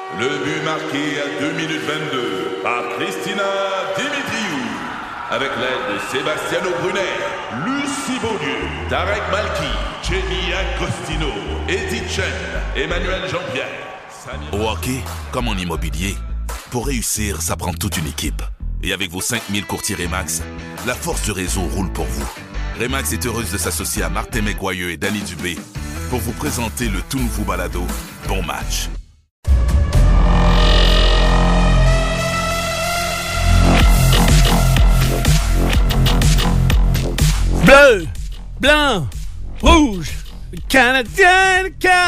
Le but marqué à 2 minutes 22 par Christina Dimitriou. Avec l'aide de Sebastiano Brunet, Lucie Beaulieu, Tarek Malki, Jenny Agostino, Edith Chen, Emmanuel Jean-Pierre. Au hockey, comme en immobilier, pour réussir, ça prend toute une équipe. Et avec vos 5000 courtiers Remax, la force du réseau roule pour vous. Remax est heureuse de s'associer à Martin McGuire et Danny Dubé pour vous présenter le tout nouveau balado Bon Match. Bleu, blanc, rouge, Canadien,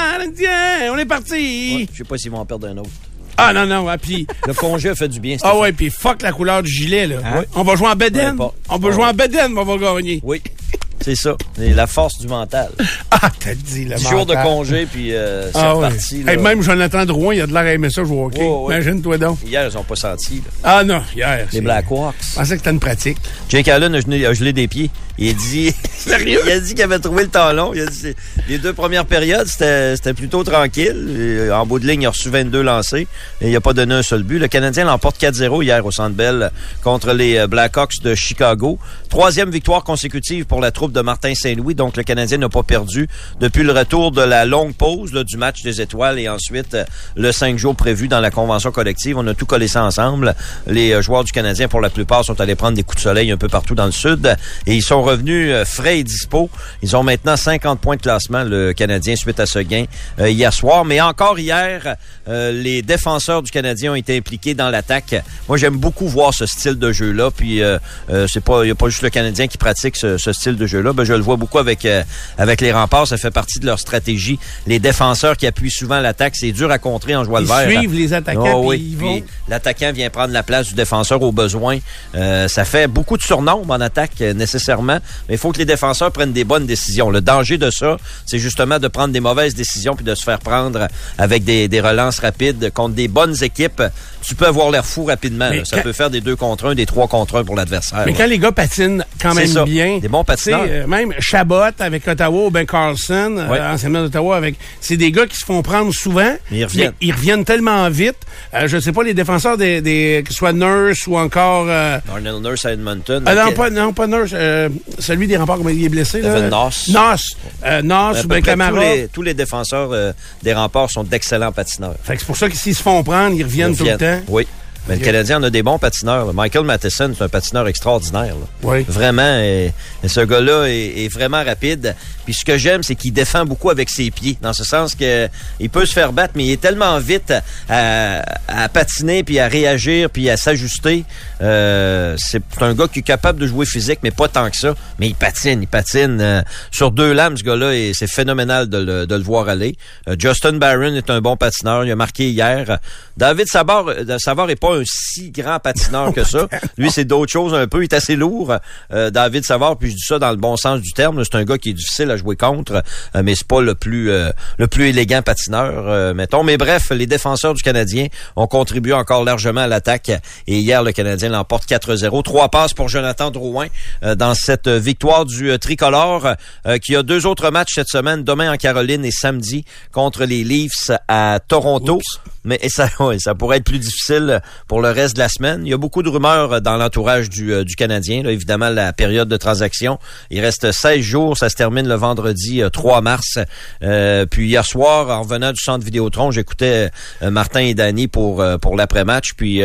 on est parti! Ouais, je sais pas s'ils vont en perdre un autre. Ah non, puis... Le congé a fait du bien. Ah ouais, puis fuck la couleur du gilet, là. Hein? On va jouer en bedaine. On va jouer en bedaine, mais on va gagner. Oui, c'est ça. Et la force du mental. Ah, t'as dit le 10 mental. jours de congé, puis c'est reparti. Hey, même Jonathan Drouin, il a de l'air à aimer ça jouer au hockey. Ouais. Imagine-toi donc. Hier, ils n'ont pas senti. Là. Ah non, hier. Les Blackhawks. Je pensais que c'était une pratique. Jake Allen a gelé des pieds. Il a dit... Sérieux? Il a dit qu'il avait trouvé le talon. Il a dit les 2 premières périodes, c'était plutôt tranquille. Et en bout de ligne, il a reçu 22 lancés. Et il n'a pas donné un seul but. Le Canadien l'emporte 4-0 hier au Centre Bell contre les Blackhawks de Chicago. 3e victoire consécutive pour la troupe de Martin Saint-Louis. Donc, le Canadien n'a pas perdu depuis le retour de la longue pause là, du match des étoiles et ensuite le 5 jours prévu dans la convention collective. On a tout collé ça ensemble. Les joueurs du Canadien, pour la plupart, sont allés prendre des coups de soleil un peu partout dans le sud et ils sont revenus frais et dispo. Ils ont maintenant 50 points de classement, le Canadien, suite à ce gain hier soir. Mais encore hier, les défenseurs du Canadien ont été impliqués dans l'attaque. Moi, j'aime beaucoup voir ce style de jeu-là. Puis, il n'y a pas juste le Canadien qui pratique ce style de jeu-là. Ben, je le vois beaucoup avec les Remparts. Ça fait partie de leur stratégie. Les défenseurs qui appuient souvent l'attaque, c'est dur à contrer en jouant le vert. Ils suivent les attaquants, puis ils vont. L'attaquant vient prendre la place du défenseur au besoin. Ça fait beaucoup de surnombre en attaque, nécessairement. Mais il faut que les défenseurs prennent des bonnes décisions. Le danger de ça, c'est justement de prendre des mauvaises décisions puis de se faire prendre avec des relances rapides contre des bonnes équipes. Tu peux avoir l'air fou rapidement. Ça peut faire des 2 contre 1, des 3 contre 1 pour l'adversaire. Mais quand les gars patinent quand même bien... Des bons patineurs. Même Chabot avec Ottawa ou Ben Carlson, anciennement d'Ottawa, c'est des gars qui se font prendre souvent. Mais ils reviennent tellement vite. Je sais pas, les défenseurs que ce soit Nurse ou encore... Arnold Nurse à Edmonton. Pas Nurse. Celui des Remparts, comment il est blessé. Evan Noss. Noss ou Ben Camara. Tous les défenseurs des Remparts sont d'excellents patineurs. Fait que c'est pour ça que s'ils se font prendre, ils reviennent tout le temps. Oui. Mais le Canadien en a des bons patineurs. Là. Michael Matheson, c'est un patineur extraordinaire. Là. Oui. Vraiment, ce gars-là est vraiment rapide. Puis ce que j'aime, c'est qu'il défend beaucoup avec ses pieds. Dans ce sens que il peut se faire battre, mais il est tellement vite à patiner, puis à réagir, puis à s'ajuster. C'est un gars qui est capable de jouer physique, mais pas tant que ça. Mais il patine. Sur 2 lames, ce gars-là, et c'est phénoménal de le voir aller. Justin Barron est un bon patineur. Il a marqué hier. David Savard est pas un si grand patineur que ça. Lui, c'est d'autres choses un peu. Il est assez lourd. David Savard, puis je dis ça dans le bon sens du terme. C'est un gars qui est difficile à jouer contre, mais c'est pas le plus élégant patineur, mettons. Mais bref, les défenseurs du Canadien ont contribué encore largement à l'attaque. Et hier, le Canadien l'emporte 4-0. 3 passes pour Jonathan Drouin dans cette victoire du tricolore qui a 2 autres matchs cette semaine, demain en Caroline et samedi contre les Leafs à Toronto. Oups. Mais ça pourrait être plus difficile pour le reste de la semaine. Il y a beaucoup de rumeurs dans l'entourage du Canadien. Là, évidemment, la période de transaction, il reste 16 jours. Ça se termine le vendredi 3 mars. Puis hier soir, en revenant du centre Vidéotron, j'écoutais Martin et Danny pour l'après-match. Puis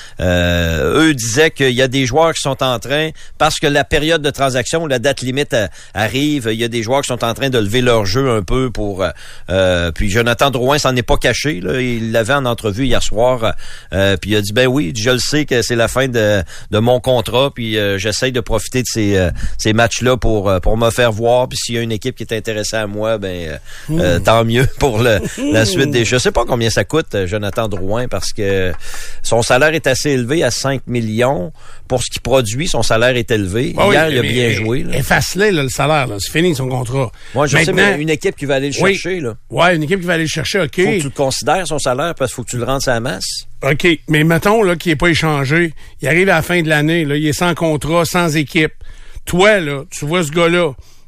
eux disaient qu'il y a des joueurs qui sont en train, parce que la période de transaction, la date limite arrive, il y a des joueurs qui sont en train de lever leur jeu un peu pour... puis Jonathan Drouin s'en est pas caché. Là, il l'avait en entrevue hier soir. Puis il a dit, ben oui, je le sais que c'est la fin de mon contrat, puis j'essaye de profiter de ces matchs-là pour me faire voir. Puis s'il y a une équipe qui est intéressée à moi, tant mieux pour la suite des... Je sais pas combien ça coûte, Jonathan Drouin, parce que son salaire est assez élevé à 5 millions. Pour ce qu'il produit, son salaire est élevé. Hier, il a bien joué. Efface-le, le salaire. Là. C'est fini son contrat. Moi, je sais, mais une équipe qui va aller le chercher. Là. Ouais, une équipe qui va aller le chercher, OK. Faut que tu le considères, son salaire, parce qu'il faut que tu le rendes à la masse. OK, mais mettons là, qu'il n'est pas échangé. Il arrive à la fin de l'année, là, il est sans contrat, sans équipe. Toi, là, tu vois ce gars-là,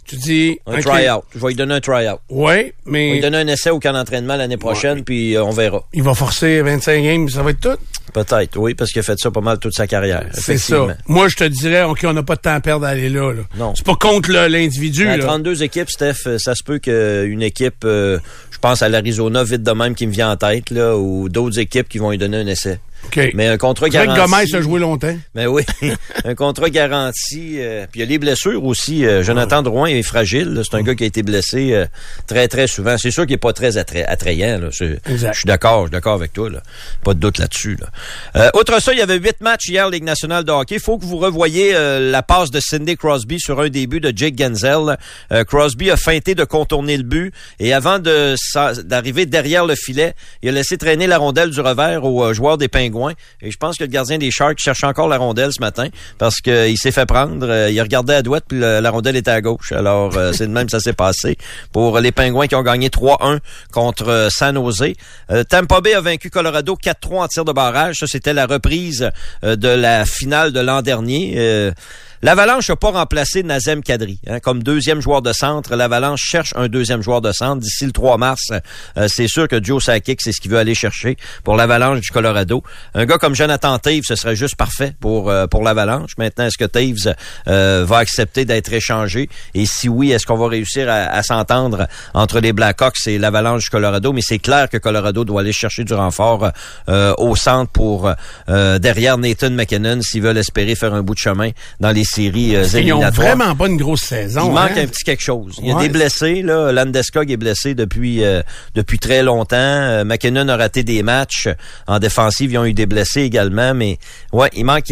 Tu dis... Un try-out. Je vais lui donner un try-out. Oui, mais... On va lui donner un essai au camp d'entraînement l'année prochaine, puis on verra. Il va forcer 25 games, ça va être tout? Peut-être, oui, parce qu'il a fait ça pas mal toute sa carrière. C'est ça. Moi, je te dirais, OK, on n'a pas de temps à perdre à aller là. Non. C'est pas contre l'individu. À 32 équipes, Steph, ça se peut qu'une équipe, je pense à l'Arizona, vite de même, qui me vient en tête, là, ou d'autres équipes qui vont lui donner un essai. Okay. Mais un contrat garanti... Greg Gomez a joué longtemps. Mais oui, un contrat garanti. Puis il y a les blessures aussi. Jonathan Drouin est fragile. Là. C'est un gars qui a été blessé très, très souvent. C'est sûr qu'il n'est pas très attrayant. Là. Je suis d'accord avec toi. Là. Pas de doute là-dessus. Là. Outre ça, il y avait 8 matchs hier, Ligue nationale de hockey. Il faut que vous revoyiez la passe de Sidney Crosby sur un début de Jake Gensel. Crosby a feinté de contourner le but. Et avant d'arriver derrière le filet, il a laissé traîner la rondelle du revers aux joueurs des Pingouins. Et je pense que le gardien des Sharks cherche encore la rondelle ce matin parce qu'il s'est fait prendre. Il regardait à droite puis la rondelle était à gauche. Alors, c'est de même que ça s'est passé pour les Pingouins qui ont gagné 3-1 contre San Jose. Tampa Bay a vaincu Colorado 4-3 en tir de barrage. Ça, c'était la reprise de la finale de l'an dernier. L'Avalanche n'a pas remplacé Nazem Kadri comme deuxième joueur de centre. L'Avalanche cherche un deuxième joueur de centre. D'ici le 3 mars, c'est sûr que Joe Sakic, c'est ce qu'il veut aller chercher pour l'Avalanche du Colorado. Un gars comme Jonathan Toews, ce serait juste parfait pour l'Avalanche. Maintenant, est-ce que Toews va accepter d'être échangé? Et si oui, est-ce qu'on va réussir à s'entendre entre les Blackhawks et l'Avalanche du Colorado? Mais c'est clair que Colorado doit aller chercher du renfort au centre pour derrière Nathan McKinnon s'ils veulent espérer faire un bout de chemin dans les séries éliminatoires. Ils ont vraiment pas une grosse saison. Il manque un petit quelque chose. Il y a des blessés, là. Landeskog est blessé depuis très longtemps. McKinnon a raté des matchs. En défensive, ils ont eu des blessés également, mais ouais, il manque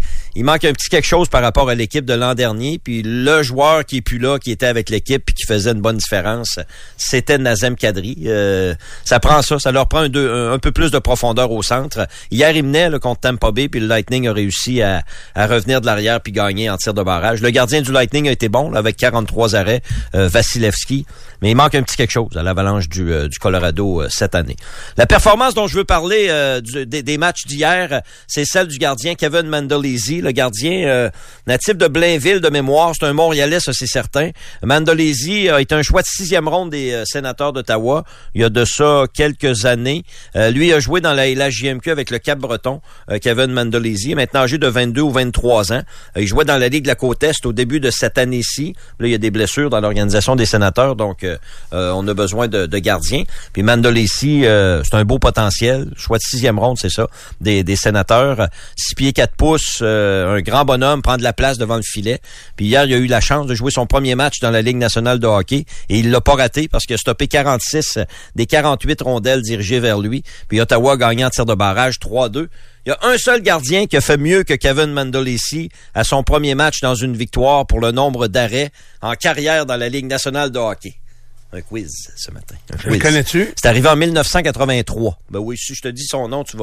un petit quelque chose par rapport à l'équipe de l'an dernier. Puis le joueur qui est plus là, qui était avec l'équipe puis qui faisait une bonne différence, c'était Nazem Kadri. Ça prend ça leur prend un peu plus de profondeur au centre. Hier, il menait là, contre Tampa Bay, puis le Lightning a réussi à revenir de l'arrière puis gagner en tir de barrage. Le gardien du Lightning a été bon là, avec 43 arrêts, Vasilevski, mais il manque un petit quelque chose à l'Avalanche du Colorado cette année. La performance dont je veux parler des matchs d'hier, c'est celle du gardien Kevin Mandolese, le gardien natif de Blainville de mémoire. C'est un Montréalais, ça c'est certain. Mandolese a été un choix de 6e ronde des Sénateurs d'Ottawa il y a de ça quelques années. Lui a joué dans la LHJMQ avec le Cap-Breton, Kevin Mandolese, maintenant âgé de 22 ou 23 ans. Il jouait dans la Ligue de la Côte-Est au début de cette année-ci. Là, il y a des blessures dans l'organisation des Sénateurs, donc on a besoin de gardiens. Puis Mandolese, c'est un beau potentiel. Choix de 6e ronde, c'est ça, des Sénateurs. 6 pieds 4 pouces, un grand bonhomme, prend de la place devant le filet. Puis hier, il a eu la chance de jouer son premier match dans la Ligue nationale de hockey et il l'a pas raté parce qu'il a stoppé 46 des 48 rondelles dirigées vers lui. Puis Ottawa a gagné en tir de barrage 3-2. Il y a un seul gardien qui a fait mieux que Kevin Mandolese à son premier match dans une victoire pour le nombre d'arrêts en carrière dans la Ligue nationale de hockey. Un quiz ce matin. Le connais-tu? C'est arrivé en 1983. Ben oui, si je te dis son nom, tu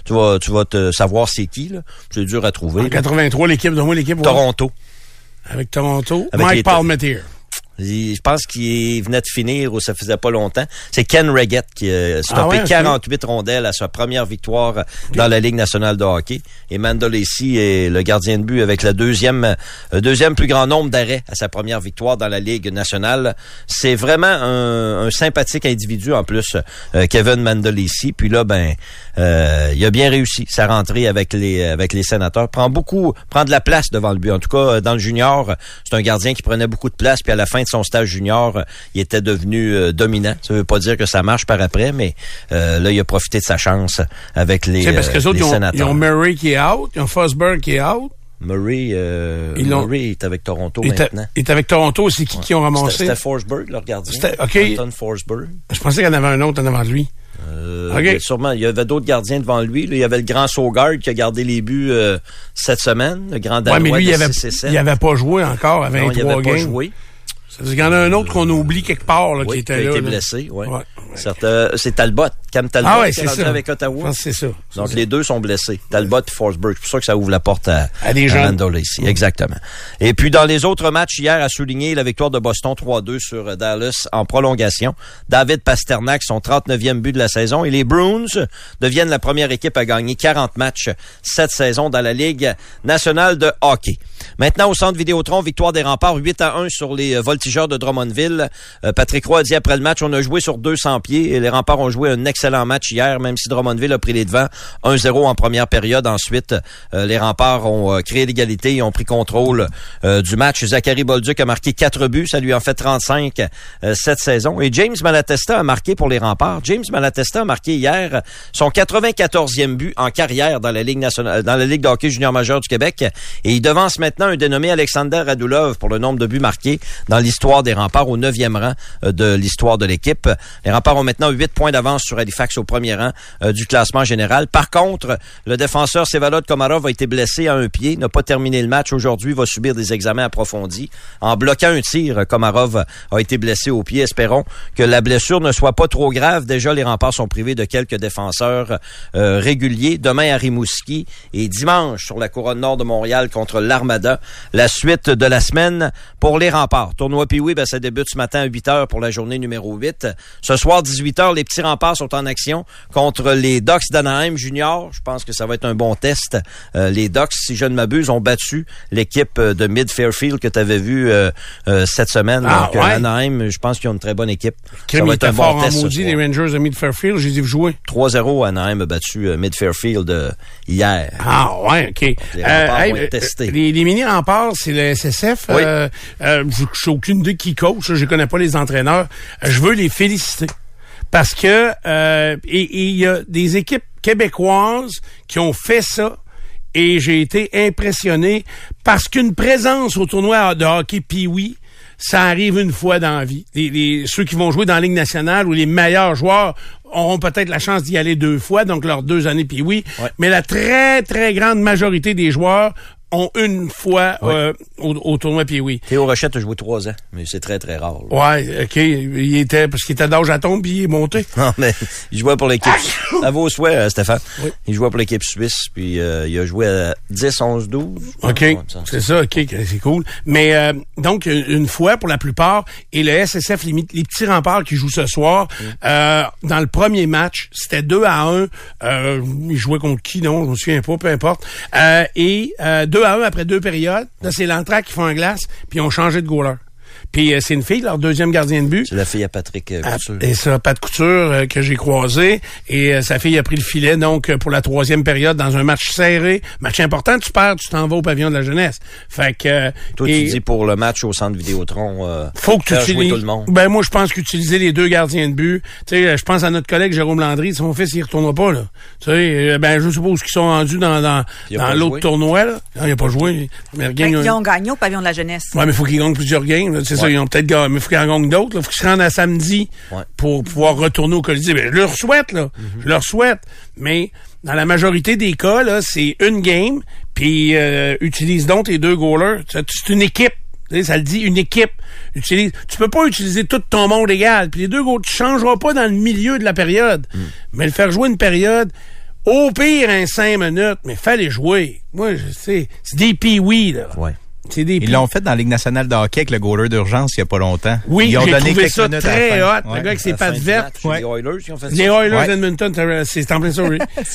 vas te savoir c'est qui, là. C'est dur à trouver. En 83, l'équipe. Toronto. Avec Toronto. Mike Palmateer. Je pense qu'il venait de finir ou ça faisait pas longtemps. C'est Ken Reggett qui a stoppé 48 rondelles à sa première victoire dans la Ligue nationale de hockey. Et Mandolese est le gardien de but avec le deuxième plus grand nombre d'arrêts à sa première victoire dans la Ligue nationale. C'est vraiment un sympathique individu en plus, Kevin Mandolese. Puis là, il a bien réussi sa rentrée avec les Sénateurs. Prend de la place devant le but. En tout cas, dans le junior, c'est un gardien qui prenait beaucoup de place. Puis à la fin de son stage junior, il était devenu dominant. Ça veut pas dire que ça marche par après, mais là, il a profité de sa chance avec les Sénateurs. C'est parce que les autres, ils ont Murray qui est out, ils ont Forsberg qui est out. Murray est avec Toronto maintenant. Il est avec Toronto, c'est qui ont ramassé? C'était Forsberg, leur gardien. Anton Forsberg. Je pensais qu'il y en avait un autre en avant de lui. Sûrement, il y avait d'autres gardiens devant lui. Là, il y avait le grand Saugaard qui a gardé les buts cette semaine, le grand Danois. Mais lui, il avait pas joué encore à 23 games. Il avait pas joué. Il y en a un autre qu'on oublie quelque part là, qui était là. Qui a été blessé, oui. C'est Talbot Cam Talbot qui est rendu avec Ottawa. C'est ça. Donc, les deux sont blessés. Talbot et Forsberg. C'est pour ça que ça ouvre la porte à des jeunes. Randall ici. Exactement. Et puis, dans les autres matchs hier, à souligner la victoire de Boston 3-2 sur Dallas en prolongation. David Pasternak, son 39e but de la saison. Et les Bruins deviennent la première équipe à gagner 40 matchs cette saison dans la Ligue nationale de hockey. Maintenant, au Centre Vidéotron, victoire des Remparts 8-1 sur les Voltigeurs de Drummondville. Patrick Roy a dit après le match, on a joué sur 200 pieds et les Remparts ont joué un excellent match hier, même si Drummondville a pris les devants 1-0 en première période. Ensuite, les Remparts ont créé l'égalité et ont pris contrôle du match. Zachary Bolduc a marqué 4 buts, ça lui en fait 35 cette saison. Et James Malatesta a marqué pour les Remparts. James Malatesta a marqué hier son 94e but en carrière dans la Ligue nationale, dans la Ligue de hockey junior majeur du Québec. Et il devance maintenant un dénommé Alexander Radulov pour le nombre de buts marqués dans l'histoire des Remparts au 9e rang de l'histoire de l'équipe. Les Remparts ont maintenant 8 points d'avance sur Halifax au premier rang du classement général. Par contre, le défenseur Vsevolod Komarov a été blessé à un pied, n'a pas terminé le match aujourd'hui, va subir des examens approfondis. En bloquant un tir, Komarov a été blessé au pied. Espérons que la blessure ne soit pas trop grave. Déjà, les Remparts sont privés de quelques défenseurs réguliers. Demain à Rimouski et dimanche sur la Couronne Nord de Montréal contre l'Armada. La suite de la semaine pour les Remparts. Tournoi Pee-Wee, ça débute ce matin à 8h pour la journée numéro 8. Ce soir, 18h, les petits Remparts sont en action contre les Ducks d'Anaheim Junior. Je pense que ça va être un bon test. Les Ducks, si je ne m'abuse, ont battu l'équipe de Mid-Fairfield que tu avais vu cette semaine. Donc, Anaheim, je pense qu'ils ont une très bonne équipe. Ça va être un bon test. Les Rangers de Mid-Fairfield, j'ai dit vous jouer. 3-0, Anaheim a battu Mid-Fairfield hier. Ah ouais, OK. Les Remparts vont être testés. Les mini-Remparts, c'est le SSF. Oui. Je n'ai aucune idée qui coach. Je connais pas les entraîneurs. Je veux les féliciter. Parce que il y a des équipes québécoises qui ont fait ça et j'ai été impressionné parce qu'une présence au tournoi de hockey Pee-Wee, ça arrive une fois dans la vie. Ceux qui vont jouer dans la Ligue nationale ou les meilleurs joueurs auront peut-être la chance d'y aller 2 fois, donc leurs 2 années Pee-Wee. Ouais. Mais la très, très grande majorité des joueurs ont une fois au tournoi Pee-Wee. Théo Rochette a joué 3 ans, mais c'est très, très rare. Là. Ouais, OK. Parce qu'il était d'âge à tombe puis il est monté. Non, mais il jouait pour l'équipe. À vos souhaits, Stéphane. Oui. Il jouait pour l'équipe suisse, puis il a joué à 10, 11, 12. OK. C'est ça, OK. C'est cool. Mais donc, une fois pour la plupart, et le SSF, les petits Remparts qui jouent ce soir, dans le premier match, c'était 2-1. Ils jouaient contre qui? Non, je me souviens pas, peu importe. Et 2-1 après 2 périodes. Là, c'est l'Antrac qui font un glace, puis ils ont changé de goaler. Puis c'est une fille, leur deuxième gardien de but. C'est la fille à Patrick Couture. Et ça, Pat Couture, que j'ai croisé. Et sa fille a pris le filet, donc, pour la 3e période, dans un match serré. Match important, tu perds, tu t'en vas au pavillon de la jeunesse. Fait que... Toi, tu dis pour le match au Centre Vidéotron, faut que tu utilises tout le monde. Ben, moi, je pense qu'utiliser les 2 gardiens de but, tu sais, je pense à notre collègue Jérôme Landry, son fils, il retournera pas, là. Tu sais, je suppose qu'ils sont rendus dans l'autre tournoi, là. Non, il a pas joué. Mais ils ont gagné au pavillon de la jeunesse. Ouais, mais il faut qu'ils gagnent plusieurs games, là. C'est ça, ils ont peut-être gagné. Mais il faut qu'ils en gagnent d'autres. Il faut qu'ils se rendent à samedi pour pouvoir retourner au Colisée. Ben, je leur souhaite, là. Je leur souhaite. Mais dans la majorité des cas, là, c'est une game, puis utilise donc tes 2 goalers. C'est une équipe. Ça le dit, une équipe. Tu peux pas utiliser tout ton monde égal. Puis les 2 goalers, tu changeras pas dans le milieu de la période. Mais le faire jouer une période, au pire, 5 minutes, mais fallait jouer. Moi, je sais, c'est des Pee-Wee, là. Ouais. Ils l'ont fait dans la Ligue nationale de hockey avec le goaler d'urgence il y a pas longtemps. Oui, ils ont j'ai donné trouvé ça très hot. Ouais. Le gars avec ses pattes vertes. Les Oilers qui ont fait ça. Les Oilers d'Edmonton, c'est en plein ça, oui.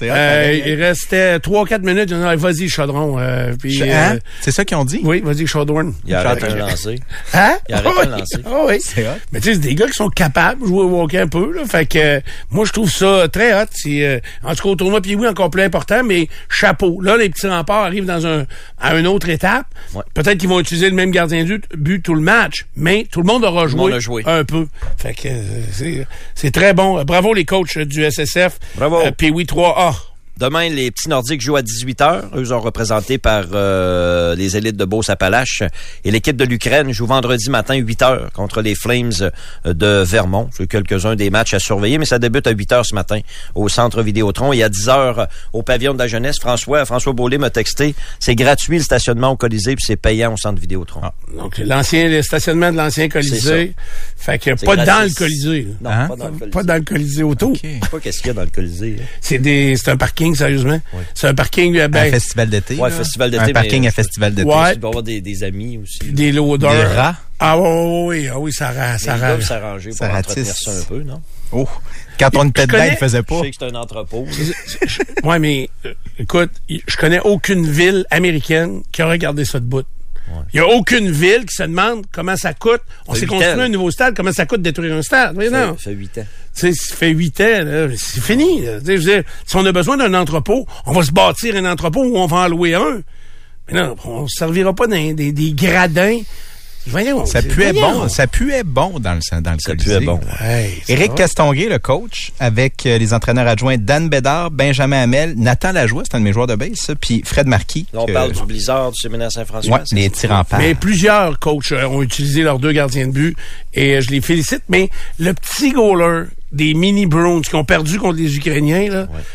Il restait 3-4 minutes. Ils ont dit, vas-y, chaudron. C'est ça qu'ils ont dit? Oui, vas-y, chaudron. Il a arrêté de lancer. Hein? Il a arrêté de lancer. Oui. C'est hot. Mais tu sais, c'est des gars qui sont capables de jouer au hockey un peu, là. Fait que, moi, je trouve ça très hot. C'est, en tout cas, au tournoi Pee-Wee, encore plus important, mais chapeau. Là, les petits Remparts arrivent à une autre étape. Ouais. Peut-être qu'ils vont utiliser le même gardien de but tout le match, mais tout le monde aura joué un peu. Fait que c'est très bon. Bravo les coachs du SSF. Bravo. Pee-Wee 3A. Demain, les petits Nordiques jouent à 18h. Eux sont représentés par les élites de Beauce-Appalaches. Et l'équipe de l'Ukraine joue vendredi matin 8h contre les Flames de Vermont. C'est quelques-uns des matchs à surveiller, mais ça débute à 8h ce matin au Centre Vidéotron. Et à 10h au Pavillon de la Jeunesse. François Beaulieu m'a texté. C'est gratuit le stationnement au Colisée puis c'est payant au Centre Vidéotron. Ah, donc le stationnement de l'ancien Colisée. Fait que pas gratis. Dans le Colisée. Non, pas dans le Colisée. Pas dans le Colisée auto. Okay. Je sais pas qu'est-ce qu'il y a dans le Colisée. C'est un parking, sérieusement. Oui. C'est un parking... un festival d'été. Ouais, festival d'été. Un parking à festival d'été. Ouais. Tu dois avoir des amis aussi. Des loaders. Des rats. Ah oui, ça rase. Ils doivent s'arranger pour entretenir ça un peu, non? Oh, quand on était dedans, ils ne faisaient pas. Je sais que c'est un entrepôt. Ouais, mais écoute, je connais aucune ville américaine qui aurait gardé ça de bout. Il n'y a aucune ville qui se demande comment ça coûte. On s'est construit un nouveau stade, comment ça coûte de détruire un stade. Mais non. Ça fait 8 ans. Tu sais, ça fait 8 ans, là, c'est fini. Là. Je veux dire, si on a besoin d'un entrepôt, on va se bâtir un entrepôt où on va en louer un. Mais non, on ne servira pas dans des gradins. Voyons, ça puait bon dans le Colisée. Ça puait bon. Hey, Éric Castonguay, le coach, avec les entraîneurs adjoints Dan Bédard, Benjamin Hamel, Nathan Lajoie, c'est un de mes joueurs de base, ça, puis Fred Marquis. Là, on parle du Blizzard, du Séminaire Saint-François. Ouais, les tirs en part. Mais plusieurs coachs ont utilisé leurs 2 gardiens de but et je les félicite. Mais le petit goaler des mini Browns qui ont perdu contre les Ukrainiens,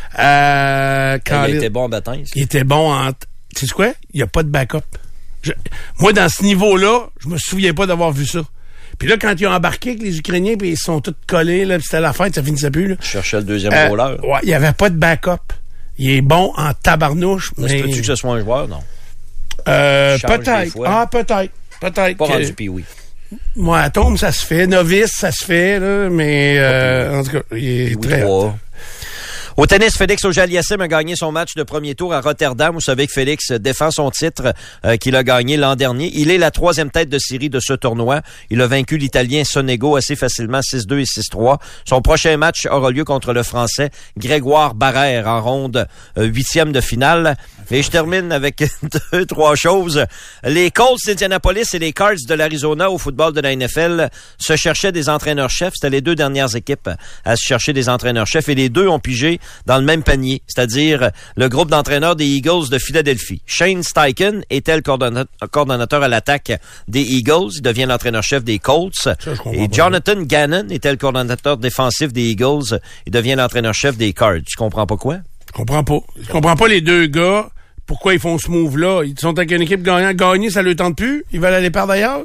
là, quand il était bon en baptême. Il était bon en... Tu sais quoi? Il n'y a pas de backup. Moi, dans ce niveau-là, je me souviens pas d'avoir vu ça. Puis là, quand ils ont embarqué avec les Ukrainiens, puis ils se sont tous collés, là, puis c'était la fête, ça finissait plus. Là. Je cherchais le deuxième goaler. Ouais, il n'y avait pas de backup. Il est bon en tabarnouche. Mais peux-tu que ce soit un joueur, non? Peut-être. Ah, peut-être. Peut-être. Pas rendu pee-wee. Moi, Atome, ça se fait. Novice, ça se fait, là, mais en tout cas, il est très... Au tennis, Félix Auger-Aliassime a gagné son match de premier tour à Rotterdam. Vous savez que Félix défend son titre qu'il a gagné l'an dernier. Il est la 3e tête de série de ce tournoi. Il a vaincu l'Italien Sonego assez facilement, 6-2 et 6-3. Son prochain match aura lieu contre le Français Grégoire Barrère en ronde 8e de finale. Et je termine avec 2-3 choses. Les Colts d'Indianapolis et les Cards de l'Arizona au football de la NFL se cherchaient des entraîneurs-chefs. C'était les 2 dernières équipes à se chercher des entraîneurs-chefs et les 2 ont pigé dans le même panier, c'est-à-dire le groupe d'entraîneurs des Eagles de Philadelphie. Shane Steichen était le coordonnateur à l'attaque des Eagles. Il devient l'entraîneur-chef des Colts. Et Jonathan Gannon était le coordonnateur défensif des Eagles. Il devient l'entraîneur-chef des Cards. Tu comprends pas quoi? Je comprends pas. Je comprends pas les 2 gars. Pourquoi ils font ce move-là? Ils sont avec une équipe gagnante. Gagner, ça leur tente plus? Ils veulent aller par d'ailleurs?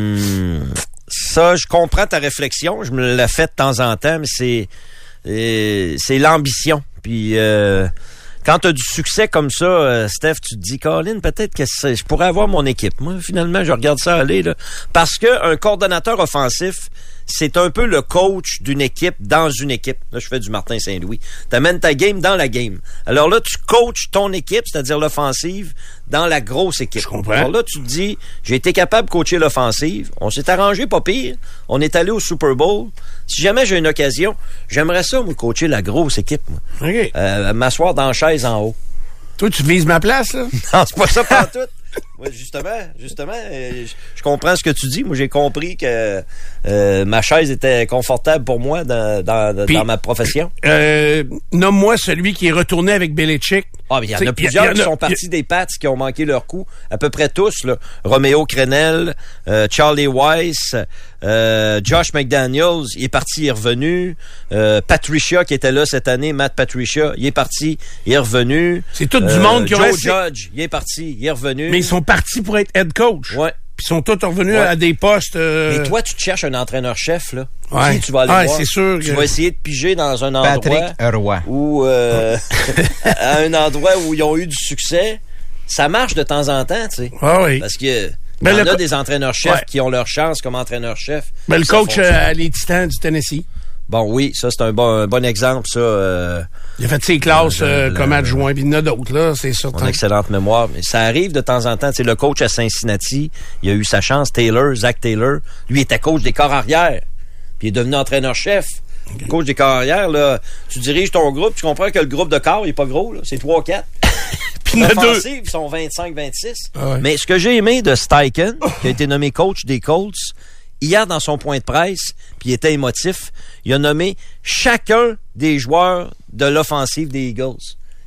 Ça, je comprends ta réflexion. Je me la fais de temps en temps, mais c'est l'ambition. Puis quand tu as du succès comme ça, Steph, tu te dis, Colin, peut-être que je pourrais avoir mon équipe. Moi, finalement, je regarde ça aller, là. Parce que un coordonnateur offensif, c'est un peu le coach d'une équipe dans une équipe. Là, je fais du Martin Saint-Louis. T'amènes ta game dans la game. Alors là, tu coaches ton équipe, c'est-à-dire l'offensive, dans la grosse équipe. Je comprends. Alors là, tu te dis, j'ai été capable de coacher l'offensive. On s'est arrangé pas pire. On est allé au Super Bowl. Si jamais j'ai une occasion, j'aimerais ça, moi, coacher la grosse équipe, moi. OK. M'asseoir dans la chaise en haut. Toi, tu vises ma place, là? Non, c'est pas ça pantoute. Ouais, justement, je comprends ce que tu dis. Moi, j'ai compris que ma chaise était confortable pour moi dans ma profession. Nomme-moi celui qui est retourné avec Belichick. Ah, mais il y en a plusieurs qui sont partis des Pats qui ont manqué leur coup. À peu près tous, là. Roméo Crennel, Charlie Weiss, Josh McDaniels, il est parti, il est revenu. Patricia, qui était là cette année, Matt Patricia, il est parti, il est revenu. C'est tout du monde qui ont Joe Judge, il est parti, il est revenu. Mais ils sont partis pour être head coach. Ouais. Puis ils sont tous revenus à des postes... Mais toi, tu te cherches un entraîneur-chef, là. Ouais. Qui tu vas aller voir? C'est sûr. Tu vas essayer de piger dans un endroit... Patrick Roy. Ou à un endroit où ils ont eu du succès. Ça marche de temps en temps, tu sais. Ah oui. Parce que... Il y en a des entraîneurs-chefs qui ont leur chance comme entraîneur-chef. Mais le coach les Titans du Tennessee. Bon, oui, ça, c'est un bon exemple, ça. Il a fait ses classes comme adjoint, puis il y en a d'autres, là, c'est certain. En excellente mémoire. Mais ça arrive de temps en temps. Tu sais, le coach à Cincinnati, il a eu sa chance. Zach Taylor, lui, était coach des corps arrière. Puis il est devenu entraîneur-chef. Okay. Coach des corps arrière, là, tu diriges ton groupe, tu comprends que le groupe de corps, il est pas gros, là. C'est 3-4. Puis l'offensive, ils sont 25-26. Ah ouais. Mais ce que j'ai aimé de Steichen, qui a été nommé coach des Colts, hier, dans son point de presse, puis il était émotif, il a nommé chacun des joueurs de l'offensive des Eagles.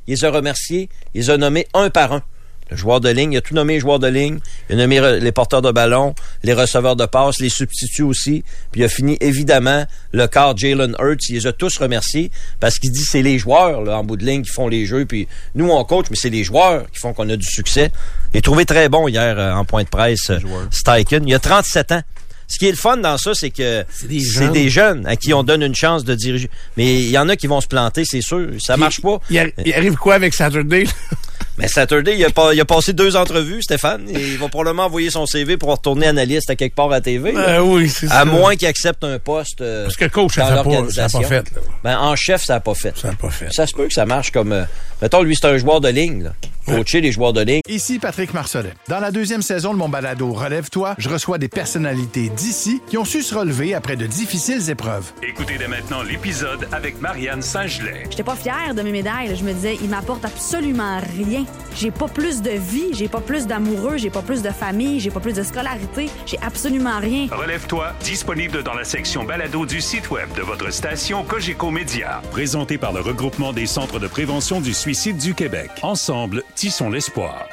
il les a remerciés, il les a nommés un par un. Le joueur de ligne, il a tout nommé les joueurs de ligne, il a nommé les porteurs de ballon, les receveurs de passes, les substituts aussi, puis il a fini évidemment le quart Jalen Hurts, il les a tous remerciés parce qu'il dit c'est les joueurs là, en bout de ligne qui font les jeux, puis nous on coach, mais c'est les joueurs qui font qu'on a du succès. Il est trouvé très bon hier en point de presse, Steichen. Il a 37 ans. Ce qui est le fun dans ça, c'est que c'est des jeunes à qui on donne une chance de diriger. Mais il y en a qui vont se planter, c'est sûr. Ça marche pas. Il arrive quoi avec Saturday? Mais Saturday, il a passé 2 entrevues, Stéphane. Et il va probablement envoyer son CV pour retourner analyste à quelque part à TV. Oui, c'est ça. À moins qu'il accepte un poste parce que coach, ça n'a pas fait. Là. Ben, en chef, ça n'a pas fait. Ça n'a pas fait. Ça se peut que ça marche comme... mettons, lui, c'est un joueur de ligne. Là. Coacher les joueurs de ligne. Ici Patrick Marcelet. Dans la 2e saison de mon balado Relève-toi, je reçois des personnalités d'ici qui ont su se relever après de difficiles épreuves. Écoutez dès maintenant l'épisode avec Marianne Saint-Gelais. J'étais pas fière de mes médailles. Je me disais, ils m'apportent absolument rien. J'ai pas plus de vie, j'ai pas plus d'amoureux, j'ai pas plus de famille, j'ai pas plus de scolarité. J'ai absolument rien. Relève-toi, disponible dans la section balado du site web de votre station Cogeco Média. Présenté par le regroupement des centres de prévention du suicide du Québec. Ensemble, tissons l'espoir.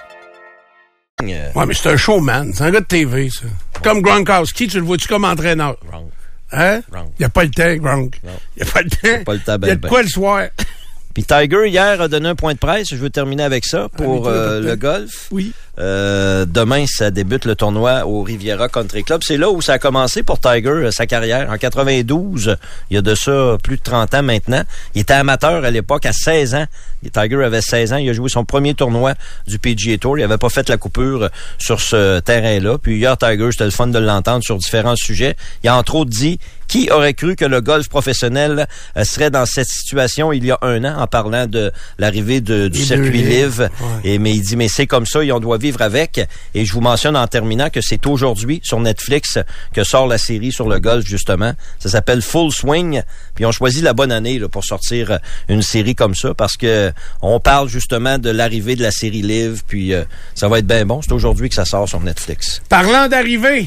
Ouais, mais c'est un showman. C'est un gars de TV, ça. Comme Gronkowski, tu le vois-tu comme entraîneur? Wrong. Hein? Wrong. Il n'y a pas le temps, Gronk. Il n'y a pas le temps. Il y a de quoi le soir? Puis Tiger, hier, a donné un point de presse. Je veux terminer avec ça pour le golf. Oui. Demain, ça débute le tournoi au Riviera Country Club. C'est là où ça a commencé pour Tiger, sa carrière. En 92, il y a de ça plus de 30 ans maintenant. Il était amateur à l'époque, à 16 ans. Tiger avait 16 ans. Il a joué son premier tournoi du PGA Tour. Il avait pas fait la coupure sur ce terrain-là. Puis hier, Tiger, c'était le fun de l'entendre sur différents sujets. Il a entre autres dit « Qui aurait cru que le golf professionnel serait dans cette situation il y a 1 an en parlant de l'arrivée du circuit LIV. Ouais. Mais il dit, mais c'est comme ça, on doit vivre avec. Et je vous mentionne en terminant que c'est aujourd'hui sur Netflix que sort la série sur le golf, justement. Ça s'appelle Full Swing. Puis on choisit la bonne année là, pour sortir une série comme ça parce que on parle justement de l'arrivée de la série LIV. Puis ça va être bien bon. C'est aujourd'hui que ça sort sur Netflix. Parlant d'arrivée.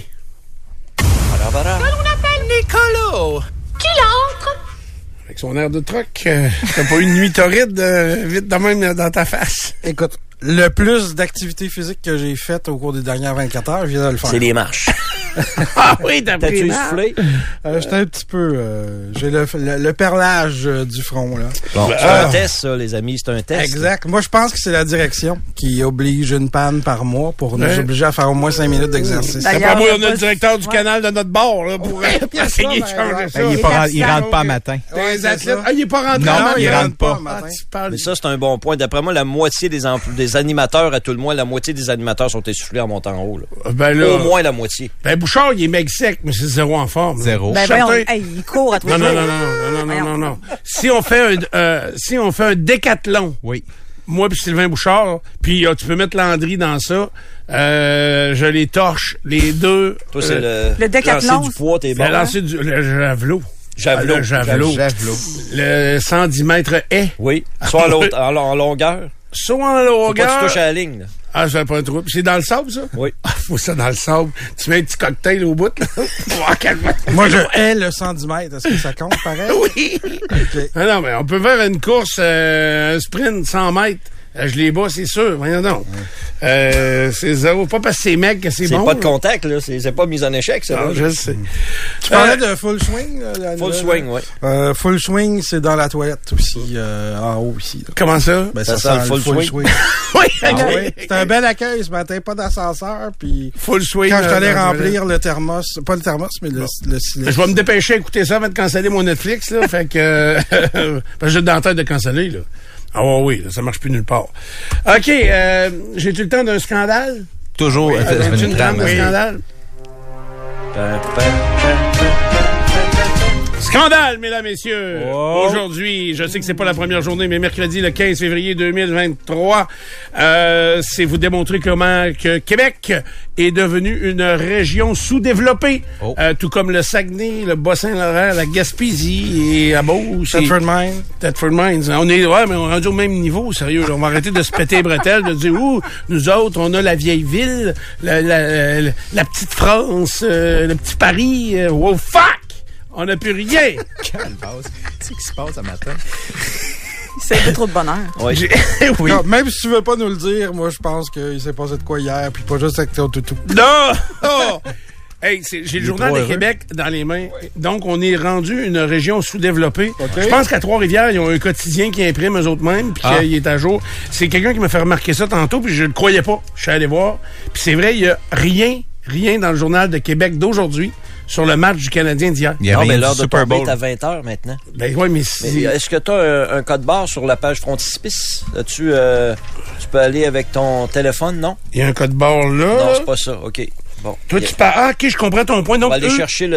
On appelle Nicolo. Qui l'entre? Avec son air de truc, t'as pas eu une nuit torride vite de même dans ta face? Écoute, le plus d'activité physique que j'ai faite au cours des dernières 24 heures, je viens de le faire. C'est les marches. Ah oui, t'as-tu soufflé? J'étais un petit peu... j'ai le perlage du front, là. Bon, c'est un test, ça, les amis, c'est un test. Exact. Moi, je pense que c'est la direction qui oblige une panne par mois pour nous obliger à faire au moins 5 minutes d'exercice. D'ailleurs, moi, on a le directeur du canal de notre bord, là, pour essayer de changer ça. Il rentre pas matin. Les athlètes, il est pas rentré. Non, il rentre pas. Mais ça, c'est un bon point. D'après moi, la moitié des animateurs, à tout le moins, la moitié des animateurs sont essoufflés en montant en haut, là. Ben là, au moins la moitié. Ben, Bouchard, il est meg sec, mais c'est 0 en forme. 0. Ben, voyons, il court à tous les jours. Non. Si on fait un décathlon. Oui. Moi puis Sylvain Bouchard, puis tu peux mettre Landry dans ça. Je les torche, les deux. Toi, c'est le décathlon. Lancer du poids, t'es bon. Le javelot. Javelot. Le 110 mètres haie. Oui. Soit en longueur. Soit en longueur. Faut pas que tu touches à la ligne, là. Ah, j'avais pas un trou. C'est dans le sable, ça? Oui. Ah, faut ça dans le sable. Tu mets un petit cocktail au bout, là. Moi, je hais le 110 mètres. Est-ce que ça compte pareil? Oui. Okay. Non, mais on peut faire une course, un sprint 100 mètres. Je les bats, c'est sûr. Voyons donc. C'est 0. Pas parce que c'est mec que c'est bon. C'est pas de contact, là. C'est pas mise en échec, ça. Non, je sais. Tu parlais de full swing, là, full swing, oui. Full swing, c'est dans la toilette aussi, en haut ici. Là. Comment ça? Ben, ça sent le full swing. Oui, oui. C'était un bel accueil ce matin, pas d'ascenseur, puis full swing. Quand je t'allais remplir le thermos, pas le thermos, mais le silence. Je vais me dépêcher à écouter ça avant de canceller mon Netflix, là. Fait que, parce que j'ai dans la tête de canceller, là. Ah oui, là, ça marche plus nulle part. OK, j'ai-tu le temps d'un scandale? Toujours. Oui, j'ai-tu le temps d'un scandale? Scandale, mesdames, messieurs! Wow. Aujourd'hui, je sais que c'est pas la première journée, mais mercredi, le 15 février 2023, c'est vous démontrer comment que Québec est devenu une région sous-développée, tout comme le Saguenay, le Bas-Saint-Laurent, la Gaspésie et la Beauce. Thetford Mines. On est rendu au même niveau, sérieux. Là. On va arrêter de se péter les bretelles, de dire, nous autres, on a la vieille ville, la petite France, le petit Paris, fuck! On n'a plus rien! Quelle base! Qu'est-ce qui se passe ce matin? C'est trop de bonheur. Oui. Oui. Non, même si tu veux pas nous le dire, moi, je pense qu'il s'est passé de quoi hier, puis pas juste avec ton toutou. Non! Oh! Hey, j'ai le Journal de heureux. Québec dans les mains. Oui. Donc, on est rendu une région sous-développée. Okay. Je pense qu'à Trois-Rivières, ils ont un quotidien qui imprime eux autres mêmes, puis qu'il est à jour. C'est quelqu'un qui m'a fait remarquer ça tantôt, puis je ne le croyais pas. Je suis allé voir. Puis c'est vrai, il y a rien dans le Journal de Québec d'aujourd'hui sur le match du Canadien d'hier. Il y avait l'heure de Super Bowl. À 20h maintenant. Ben oui, mais est-ce que tu as un code barre sur la page frontispice? Tu peux aller avec ton téléphone, non? Il y a un code barre là. Non, c'est pas ça. OK. Bon. Toi, tu parles. Ah, OK, je comprends ton point. Donc, on va aller chercher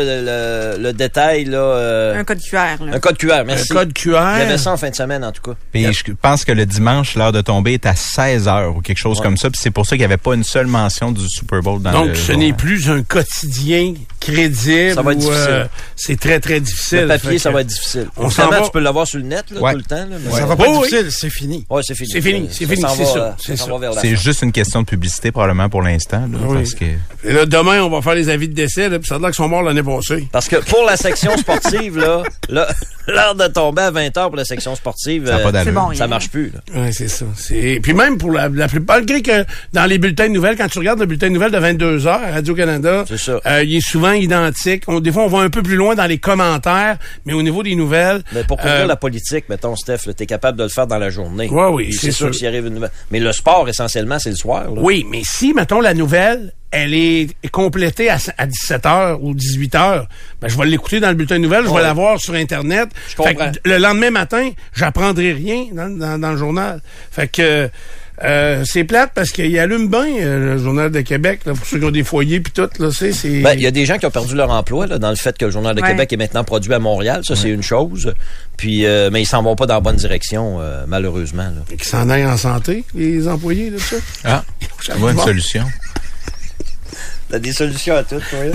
le détail, là. Un code QR, là. Un code QR, merci. Un code QR. Il y avait ça en fin de semaine, en tout cas. Puis je pense que le dimanche, l'heure de tomber est à 16h ou quelque chose comme ça. Puis c'est pour ça qu'il n'y avait pas une seule mention du Super Bowl dans Donc, ce n'est plus un quotidien crédible. Ça va être difficile. C'est très, très difficile. Le papier, ça va être difficile. Finalement, tu peux l'avoir sur le net, là, tout le temps. Là, mais... Ça va pas être difficile, c'est fini. Oui, c'est fini. C'est fini, c'est ça. C'est juste une question de publicité, probablement, pour l'instant. Parce que... Et là, demain, on va faire les avis de décès, là, puis ça a l'air qu'ils sont morts l'année passée. Parce que pour la section sportive, là, l'heure de tomber à 20h pour la section sportive, ça marche plus. Oui, c'est ça. Puis même pour la plupart, malgré que dans les bulletins de nouvelles, quand tu regardes le bulletin de nouvelles de 22h à Radio-Canada, il est souvent identique. Des fois, on va un peu plus loin dans les commentaires, mais au niveau des nouvelles... Mais pour couvrir la politique, mettons, Steph, t'es capable de le faire dans la journée. Oui, c'est sûr. S'il arrive une nouvelle. Mais le sport, essentiellement, c'est le soir. Là. Oui, mais si, mettons, la nouvelle... elle est complétée à 17h ou 18h, ben, je vais l'écouter dans le bulletin de nouvelles, je vais la voir sur Internet. Fait que le lendemain matin, j'apprendrai rien dans le journal. Fait que c'est plate parce qu'il allume bien le Journal de Québec, là, pour ceux qui ont des foyers puis tout. Il y a des gens qui ont perdu leur emploi là, dans le fait que le Journal de Québec est maintenant produit à Montréal. Ça, c'est une chose. Puis, mais ils s'en vont pas dans la bonne direction, malheureusement. Là. Et qu'ils s'en aillent en santé, les employés, là, ça. Ah, c'est une solution. T'as des solutions à tout, toi.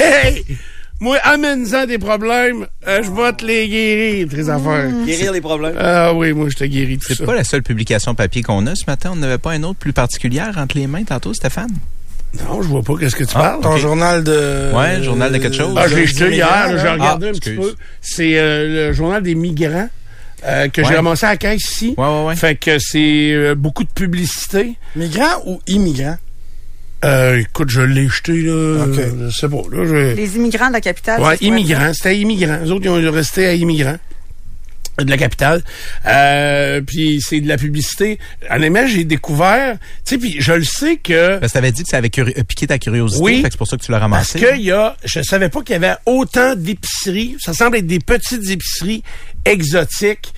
Moi, amène-en des problèmes, je vais te les guérir, tes affaires. Guérir les problèmes? Ah oui, moi, je te guéris tout ça. C'est pas la seule publication papier qu'on a ce matin. On n'avait pas une autre plus particulière entre les mains tantôt, Stéphane? Non, je vois pas qu'est-ce que tu parles. Ton journal de... Ouais, journal de quelque chose. Ah, je l'ai jeté hier, j'ai regardé un petit peu. C'est le journal des migrants. Que j'ai ramassé à la caisse ici. Ouais. Fait que c'est beaucoup de publicité. Migrants ou immigrants? Écoute, je l'ai jeté, là. Okay. Je sais pas, là. Les immigrants de la capitale. Ouais, immigrants. C'était immigrants. Les autres, ils ont resté à immigrants de la capitale. Puis c'est de la publicité. Honnêtement, j'ai découvert, tu sais, puis je le sais que... Parce que t'avais dit que ça avait piqué ta curiosité, oui, fait que c'est pour ça que tu l'as ramassé. Parce que je savais pas qu'il y avait autant d'épiceries. Ça semble être des petites épiceries exotiques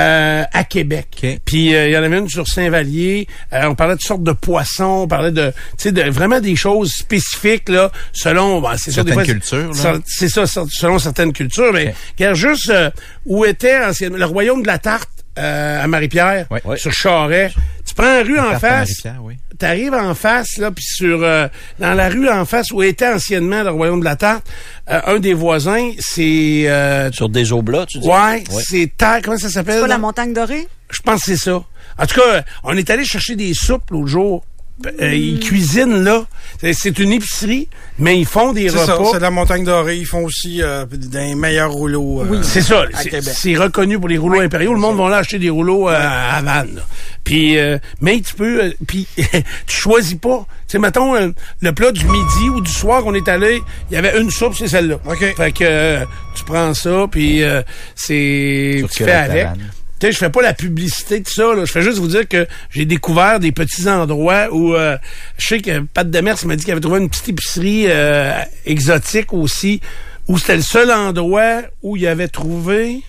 à Québec. Okay. Puis il y en avait une sur Saint-Vallier. On parlait de sortes de poissons, on parlait de, tu sais, vraiment des choses spécifiques là, selon certaines cultures. C'est ça, selon certaines cultures. Mais regarde juste où était anciennement le royaume de la tarte à Marie-Pierre, sur Charest. Tu prends la rue en face. T'arrives en face, là, puis dans la rue en face où était anciennement le royaume de la tarte, un des voisins, c'est... sur des oblats, tu dis? Ouais, c'est comment ça s'appelle? C'est pas la Montagne Dorée? Je pense que c'est ça. En tout cas, on est allé chercher des soupes l'autre jour. Ils cuisinent là. C'est une épicerie, mais ils font des repas. C'est ça, c'est de la Montagne Dorée. Ils font aussi des meilleurs rouleaux. Oui, c'est ça. C'est reconnu pour les rouleaux impériaux. Le monde va là acheter des rouleaux à Havane. Puis, mais tu peux... puis, tu choisis pas. Tu sais, mettons, le plat du midi ou du soir qu'on est allé, il y avait une soupe, c'est celle-là. Okay. Fait que tu prends ça, puis tu fais avec. Tu sais, je fais pas la publicité de ça, là. Je fais juste vous dire que j'ai découvert des petits endroits où je sais que Pat Demers m'a dit qu'il avait trouvé une petite épicerie exotique aussi, où c'était le seul endroit où il avait trouvé,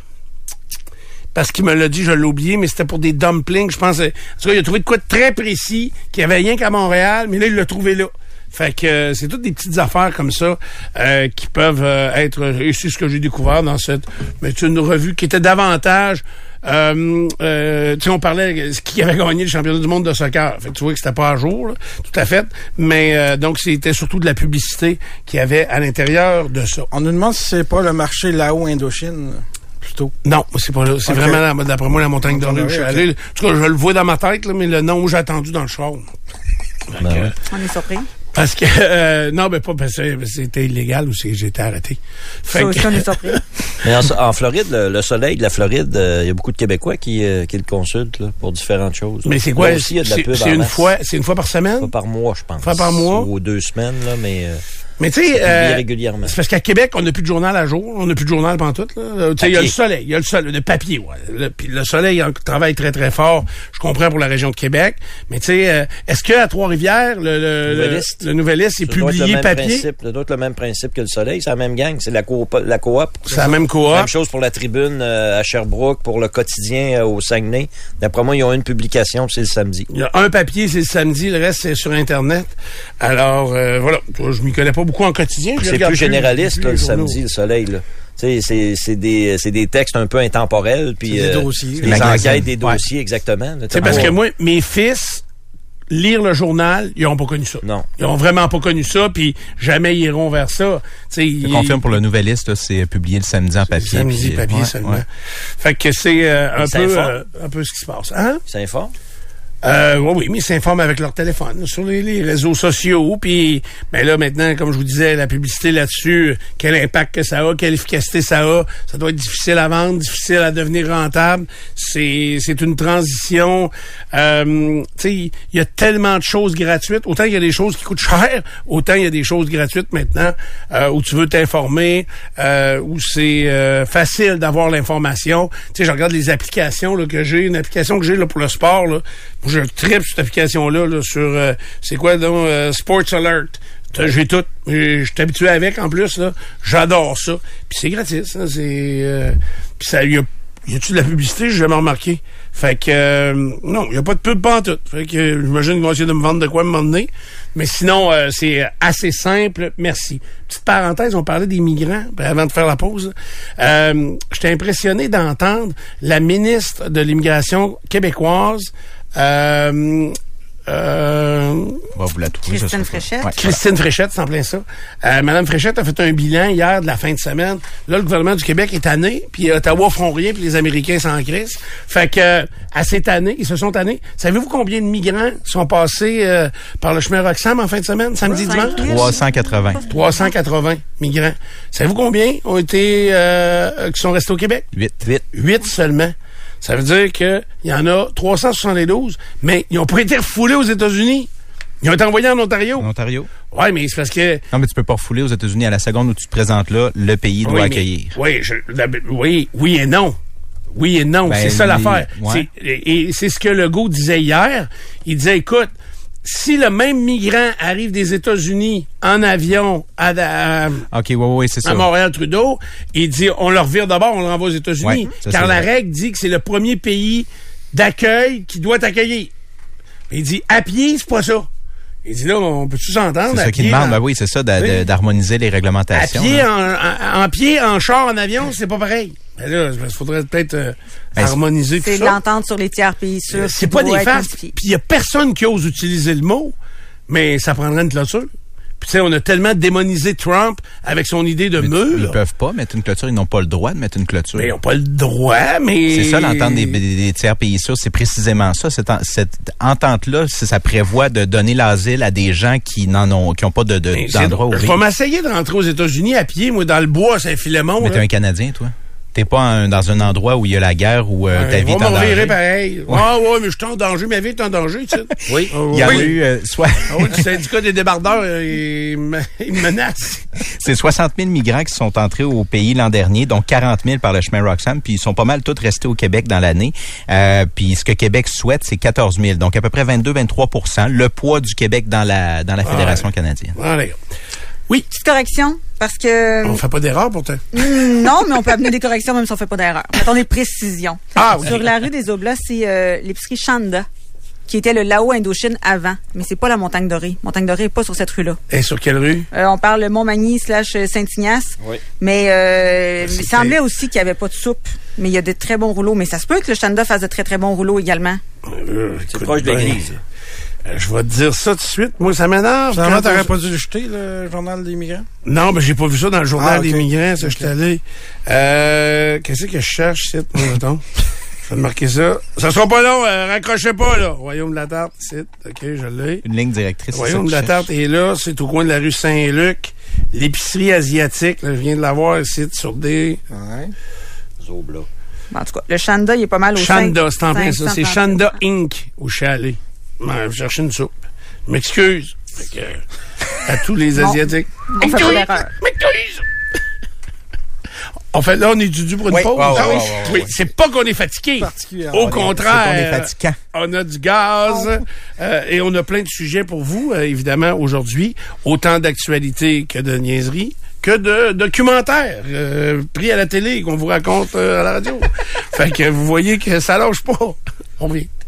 parce qu'il me l'a dit, je l'ai oublié, mais c'était pour des dumplings, je pense. En tout cas, il a trouvé de quoi de très précis, qu'il n'y avait rien qu'à Montréal, mais là, il l'a trouvé là. Fait que c'est toutes des petites affaires comme ça qui peuvent être... Et c'est ce que j'ai découvert dans une revue qui était davantage... tu sais, on parlait qui avait gagné le championnat du monde de soccer. Fait que tu vois que c'était pas à jour, là, tout à fait. Mais donc, c'était surtout de la publicité qu'il y avait à l'intérieur de ça. On nous demande si c'est pas le marché Lao Indochine. Plutôt. Non, c'est pas là. C'est vraiment, d'après moi, la Montagne Dorée où je suis allé. En tout cas, je le vois dans ma tête, là, mais le nom, j'ai attendu dans le char. On est surpris. Parce que non, mais pas parce que c'était illégal ou c'est que j'ai été arrêté. Ça aussi, on est surpris. Mais en Floride, le soleil de la Floride, il y a beaucoup de Québécois qui le consultent là, pour différentes choses. Mais c'est quoi? Là aussi, il y a de la pub c'est une fois par semaine? Une fois par mois, je pense. Une fois par mois? Ou 2 semaines, là, mais tu sais, régulièrement. C'est parce qu'à Québec, on n'a plus de journal à jour. On n'a plus de journal pantoute, là. Tu sais, il y a le soleil. Il y a le soleil, le papier, ouais. Puis le soleil travaille très, très fort. Je comprends pour la région de Québec. Mais tu sais, est-ce qu'à Trois-Rivières, le Nouvelliste est publié papier? Ça doit être le même principe que le soleil. C'est la même gang. C'est la coop. C'est la même coop. Même chose pour la Tribune à Sherbrooke, pour le quotidien au Saguenay. D'après moi, ils ont une publication, puis c'est le samedi. Il y a un papier, c'est le samedi. Le reste, c'est sur Internet. Alors, voilà. Je m'y connais pas beaucoup en quotidien. C'est plus généraliste, là, le samedi, le soleil, là. C'est des textes un peu intemporels, puis des dossiers. Des enquêtes, des dossiers, exactement. C'est parce que moi, mes fils, lire le journal, ils n'ont pas connu ça. Non. Ils n'ont vraiment pas connu ça, puis jamais ils iront vers ça. Je confirme pour le Nouvelliste, là, c'est publié le samedi en papier. Samedi papier seulement. Ouais. Fait que c'est un peu ce qui se passe. Hein? Ça informe? Oui, mais ils s'informent avec leur téléphone, sur les réseaux sociaux, puis ben là maintenant, comme je vous disais, la publicité là-dessus, quel impact que ça a, quelle efficacité ça a, ça doit être difficile à vendre, difficile à devenir rentable. C'est une transition. Tu sais, il y a tellement de choses gratuites. Autant il y a des choses qui coûtent cher, autant il y a des choses gratuites maintenant où tu veux t'informer, où c'est facile d'avoir l'information. Tu sais, je regarde les applications là, que j'ai, une application que j'ai là pour le sport là. Je tripe cette application-là là, sur c'est quoi donc Sports Alert. J'ai tout. Je suis habitué avec en plus là. J'adore ça. Puis c'est gratis. Hein, c'est puis ça y a-tu de la publicité? J'ai jamais remarqué. Fait que non, il y a pas de pub pantoute. Fait que j'imagine qu'ils vont essayer de me vendre de quoi me donner. Mais sinon, c'est assez simple. Merci. Petite parenthèse, on parlait des migrants avant de faire la pause. J'étais impressionné d'entendre la ministre de l'Immigration québécoise on va vous la trouver. Christine Fréchette. Ouais. Christine Fréchette, c'est en plein ça. Madame Fréchette a fait un bilan hier de la fin de semaine. Là, le gouvernement du Québec est tanné, puis Ottawa feront rien, puis les Américains s'en crissent. Fait que à cette année, ils se sont tannés. Savez-vous combien de migrants sont passés par le chemin Roxham en fin de semaine, samedi, dimanche? 380. 380 migrants. Savez-vous combien ont été qui sont restés au Québec? 8 seulement. Ça veut dire qu'il y en a 372, mais ils n'ont pas été refoulés aux États-Unis. Ils ont été envoyés en Ontario. En Ontario? Oui, mais c'est parce que... Non, mais tu peux pas refouler aux États-Unis. À la seconde où tu te présentes là, le pays doit accueillir. Oui et non. Oui et non, c'est ça l'affaire. Ouais. Et c'est ce que Legault disait hier. Il disait, écoute, si le même migrant arrive des États-Unis en avion à c'est ça. Montréal-Trudeau, il dit, on le revire d'abord, on le renvoie aux États-Unis. Ouais, car la règle dit que c'est le premier pays d'accueil qui doit accueillir. Il dit, à pied, c'est pas ça. Il dit, là, on peut-tu s'entendre? C'est ça qu'il demande. Oui, c'est ça, d'harmoniser les réglementations. À pied, pied, en char, en avion, c'est pas pareil. Mais là, il faudrait peut-être harmoniser tout ça. C'est l'entente sur les tiers pays sûrs. C'est pas des farces. Puis il y a personne qui ose utiliser le mot, mais ça prendrait une clôture. Puis tu sais, on a tellement démonisé Trump avec son idée de mur. Ils peuvent pas mettre une clôture. Ils n'ont pas le droit de mettre une clôture. Mais ils n'ont pas le droit, mais... C'est ça, l'entente des tiers pays sûrs. C'est précisément ça. Cette entente-là, ça prévoit de donner l'asile à des gens qui n'ont pas d'endroit où vivre. Je vais m'essayer de rentrer aux États-Unis à pied, moi, dans le bois, Saint-Philémon. Mais t'es un Canadien, toi? T'es pas dans un endroit où il y a la guerre, où ta vie est en danger. Pareil. Ouais, mais je suis en danger. Ma vie est en danger, tu sais. Oui. Il y a eu... le syndicat des débardeurs, il me menace. C'est 60 000 migrants qui sont entrés au pays l'an dernier, dont 40 000 par le chemin Roxham, puis ils sont pas mal tous restés au Québec dans l'année. Puis ce que Québec souhaite, c'est 14 000, donc à peu près 22-23 % le poids du Québec dans la Fédération canadienne. Allez. Oui. Petite correction, parce que... On fait pas d'erreur, pourtant. Non, mais on peut amener des corrections même si on fait pas d'erreur. Mettons des précisions. Oui. Sur la rue des Oblats, c'est l'épicerie Chanda, qui était le Lao Indochine avant. Mais c'est pas la Montagne Dorée. Montagne Dorée n'est pas sur cette rue-là. Et sur quelle rue? On parle Montmagny / Saint-Ignace. Oui. Mais il semblait aussi qu'il n'y avait pas de soupe. Mais il y a de très bons rouleaux. Mais ça se peut que le Chanda fasse de très, très bons rouleaux également. C'est proche de l'église. Je vais te dire ça tout de suite. Moi, ça m'énerve. Finalement, t'aurais pas dû le jeter, le journal des migrants? Non, ben j'ai pas vu ça dans le journal des migrants, ça, j'étais allé. Qu'est-ce que je cherche, c'est, mettons? Je vais marquer ça. Ça sera pas long, raccrochez pas, là. Royaume de la Tarte, ici. OK, je l'ai. Une ligne directrice. Royaume de la Tarte est là. C'est au coin de la rue Saint-Luc. L'épicerie asiatique, là, je viens de la voir ici, sur des... Ouais. Zobla. En tout cas, le Shanda, il est pas mal au Shanda, c'est en plein ça. C'est 530. Shanda Inc. où je suis allé. Je cherchais une soupe. Je m'excuse. Fait que, à tous les Asiatiques. On fait pas d'erreur. En fait, là, on est dû pour une pause. Oui, Oui, c'est pas qu'on est fatigué. Au contraire, on est fatiguant. On a du gaz et on a plein de sujets pour vous, évidemment, aujourd'hui. Autant d'actualités que de niaiseries, que de documentaires pris à la télé qu'on vous raconte à la radio. Fait que vous voyez que ça lâche pas. On vient.